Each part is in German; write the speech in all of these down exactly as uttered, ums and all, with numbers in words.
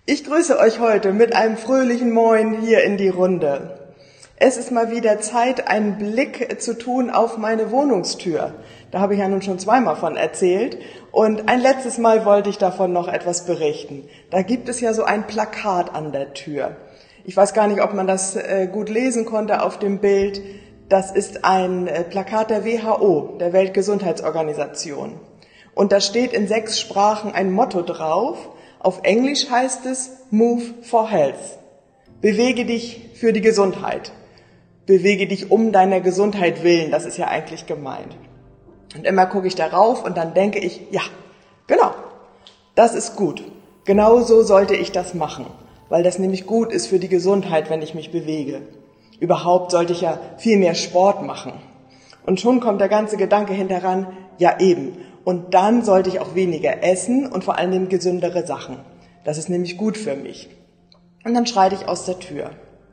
Ich grüße euch heute mit einem fröhlichen Moin hier in die Runde. Es ist mal wieder Zeit, einen Blick zu tun auf meine Wohnungstür. Da habe ich ja nun schon zweimal von erzählt. Und ein letztes Mal wollte ich davon noch etwas berichten. Da gibt es ja so ein Plakat an der Tür. Ich weiß gar nicht, ob man das gut lesen konnte auf dem Bild. Das ist ein Plakat der W H O, der Weltgesundheitsorganisation. Und da steht in sechs Sprachen ein Motto drauf. Auf Englisch heißt es Move for Health. Bewege dich für die Gesundheit. Bewege dich um deiner Gesundheit willen. Das ist ja eigentlich gemeint. Und immer gucke ich darauf und dann denke ich, ja, genau, das ist gut. Genau so sollte ich das machen, weil das nämlich gut ist für die Gesundheit, wenn ich mich bewege. Überhaupt sollte ich ja viel mehr Sport machen. Und schon kommt der ganze Gedanke hinteran, ja eben. Und dann sollte ich auch weniger essen und vor allem gesündere Sachen. Das ist nämlich gut für mich. Und dann schreite ich aus der Tür.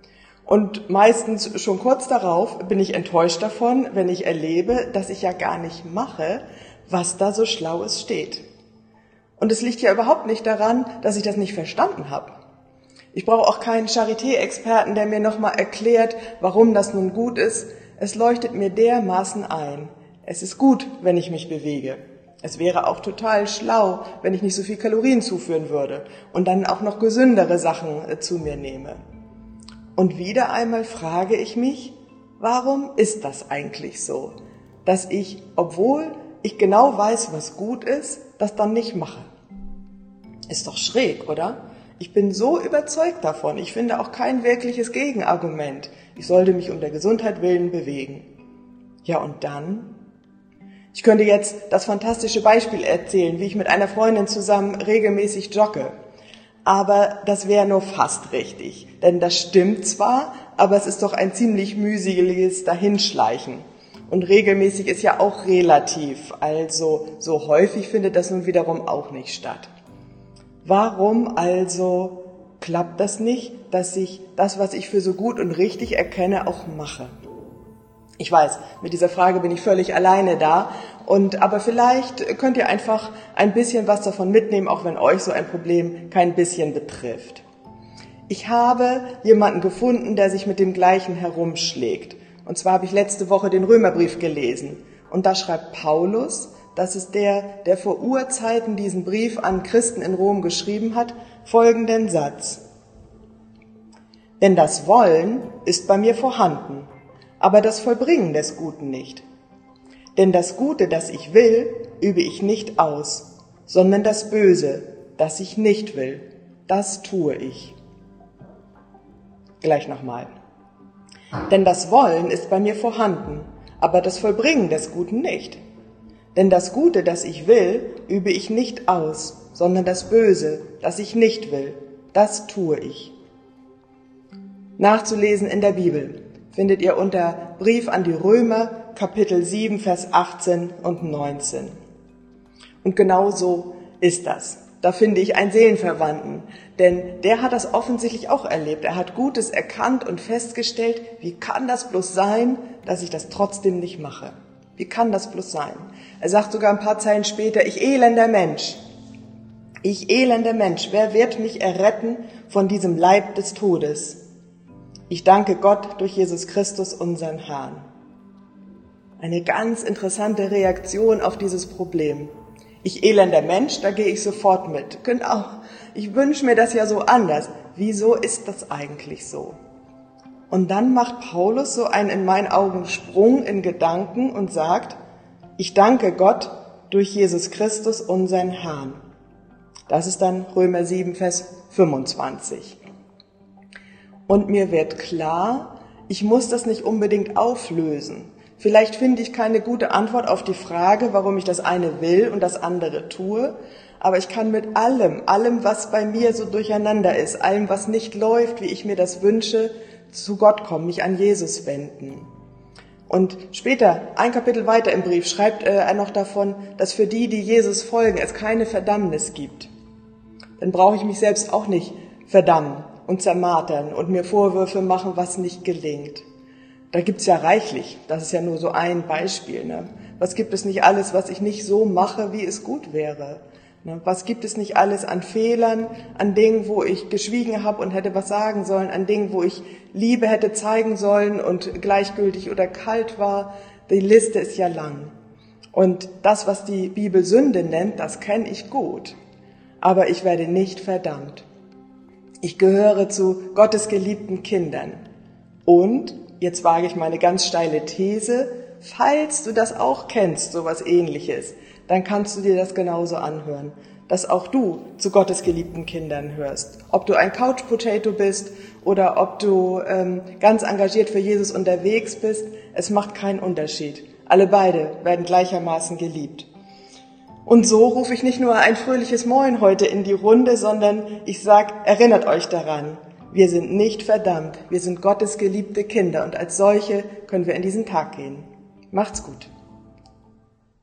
Und meistens schon kurz darauf bin ich enttäuscht davon, wenn ich erlebe, dass ich ja gar nicht mache, was da so Schlaues steht. Und es liegt ja überhaupt nicht daran, dass ich das nicht verstanden habe. Ich brauche auch keinen Charité-Experten, der mir nochmal erklärt, warum das nun gut ist. Es leuchtet mir dermaßen ein. Es ist gut, wenn ich mich bewege. Es wäre auch total schlau, wenn ich nicht so viel Kalorien zuführen würde und dann auch noch gesündere Sachen zu mir nehme. Und wieder einmal frage ich mich, warum ist das eigentlich so, dass ich, obwohl ich genau weiß, was gut ist, das dann nicht mache? Ist doch schräg, oder? Ich bin so überzeugt davon. Ich finde auch kein wirkliches Gegenargument. Ich sollte mich um der Gesundheit willen bewegen. Ja, und dann? Ich könnte jetzt das fantastische Beispiel erzählen, wie ich mit einer Freundin zusammen regelmäßig jogge. Aber das wäre nur fast richtig. Denn das stimmt zwar, aber es ist doch ein ziemlich mühseliges Dahinschleichen. Und regelmäßig ist ja auch relativ. Also so häufig findet das nun wiederum auch nicht statt. Warum also klappt das nicht, dass ich das, was ich für so gut und richtig erkenne, auch mache? Ich weiß, mit dieser Frage bin ich völlig alleine da, und aber vielleicht könnt ihr einfach ein bisschen was davon mitnehmen, auch wenn euch so ein Problem kein bisschen betrifft. Ich habe jemanden gefunden, der sich mit dem Gleichen herumschlägt. Und zwar habe ich letzte Woche den Römerbrief gelesen. Und da schreibt Paulus, das ist der, der vor Urzeiten diesen Brief an Christen in Rom geschrieben hat, folgenden Satz. Denn das Wollen ist bei mir vorhanden, aber das Vollbringen des Guten nicht. Denn das Gute, das ich will, übe ich nicht aus, sondern das Böse, das ich nicht will, das tue ich. Gleich nochmal. Denn das Wollen ist bei mir vorhanden, aber das Vollbringen des Guten nicht. Denn das Gute, das ich will, übe ich nicht aus, sondern das Böse, das ich nicht will, das tue ich. Nachzulesen in der Bibel findet ihr unter Brief an die Römer, Kapitel sieben, Vers achtzehn und neunzehn. Und genau so ist das. Da finde ich einen Seelenverwandten, denn der hat das offensichtlich auch erlebt. Er hat Gutes erkannt und festgestellt, wie kann das bloß sein, dass ich das trotzdem nicht mache? Wie kann das bloß sein? Er sagt sogar ein paar Zeilen später, ich elender Mensch, ich elender Mensch, wer wird mich erretten von diesem Leib des Todes? Ich danke Gott durch Jesus Christus, unseren Herrn. Eine ganz interessante Reaktion auf dieses Problem. Ich elender Mensch, da gehe ich sofort mit. Genau, ich wünsche mir das ja so anders. Wieso ist das eigentlich so? Und dann macht Paulus so einen in meinen Augen Sprung in Gedanken und sagt, ich danke Gott durch Jesus Christus, unseren Herrn. Das ist dann Römer sieben, Vers fünfundzwanzig. Und mir wird klar, ich muss das nicht unbedingt auflösen. Vielleicht finde ich keine gute Antwort auf die Frage, warum ich das eine will und das andere tue, aber ich kann mit allem, allem, was bei mir so durcheinander ist, allem, was nicht läuft, wie ich mir das wünsche, zu Gott kommen, mich an Jesus wenden. Und später, ein Kapitel weiter im Brief, schreibt er noch davon, dass für die, die Jesus folgen, es keine Verdammnis gibt. Dann brauche ich mich selbst auch nicht verdammen und zermartern und mir Vorwürfe machen, was nicht gelingt. Da gibt's ja reichlich, das ist ja nur so ein Beispiel. Ne? Was gibt es nicht alles, was ich nicht so mache, wie es gut wäre? Was gibt es nicht alles an Fehlern, an Dingen, wo ich geschwiegen habe und hätte was sagen sollen, an Dingen, wo ich Liebe hätte zeigen sollen und gleichgültig oder kalt war. Die Liste ist ja lang. Und das, was die Bibel Sünde nennt, das kenne ich gut. Aber ich werde nicht verdammt. Ich gehöre zu Gottes geliebten Kindern. Und, jetzt wage ich meine ganz steile These, falls du das auch kennst, sowas Ähnliches, dann kannst du dir das genauso anhören, dass auch du zu Gottes geliebten Kindern hörst. Ob du ein Couch Potato bist oder ob du ähm, ganz engagiert für Jesus unterwegs bist, es macht keinen Unterschied. Alle beide werden gleichermaßen geliebt. Und so rufe ich nicht nur ein fröhliches Moin heute in die Runde, sondern ich sage, erinnert euch daran, wir sind nicht verdammt, wir sind Gottes geliebte Kinder und als solche können wir in diesen Tag gehen. Macht's gut.